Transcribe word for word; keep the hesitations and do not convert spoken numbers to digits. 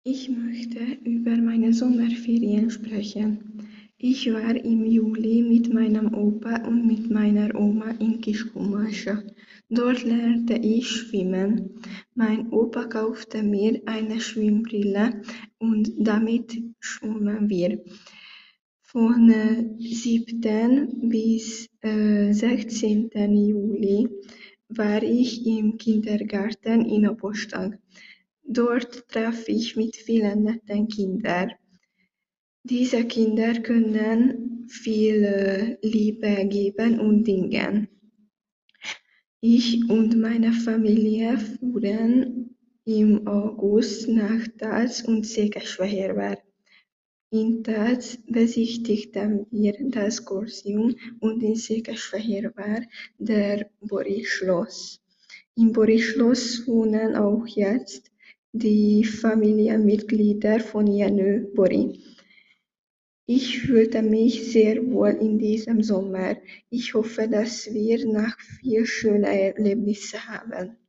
Ich möchte über meine Sommerferien sprechen. Ich war im Juli mit meinem Opa und mit meiner Oma in Kishkumanscha. Dort lernte ich schwimmen. Mein Opa kaufte mir eine Schwimmbrille und damit schwimmen wir. Von äh, siebten bis äh, sechzehnten Juli war ich im Kindergarten in Opostag. Dort traf ich mit vielen netten Kindern. Diese Kinder können viel äh, Liebe geben und dingen. Ich und meine Familie fuhren im August nach Taz und Székesfehérvár. In Taz besichtigten wir das Kolosseum und in Székesfehérvár der Boris-Schloss. Im Boris-Schloss wohnen auch jetzt die Familienmitglieder von Jenő Bori. Ich fühlte mich sehr wohl in diesem Sommer. Ich hoffe, dass wir noch viele schöne Erlebnisse haben.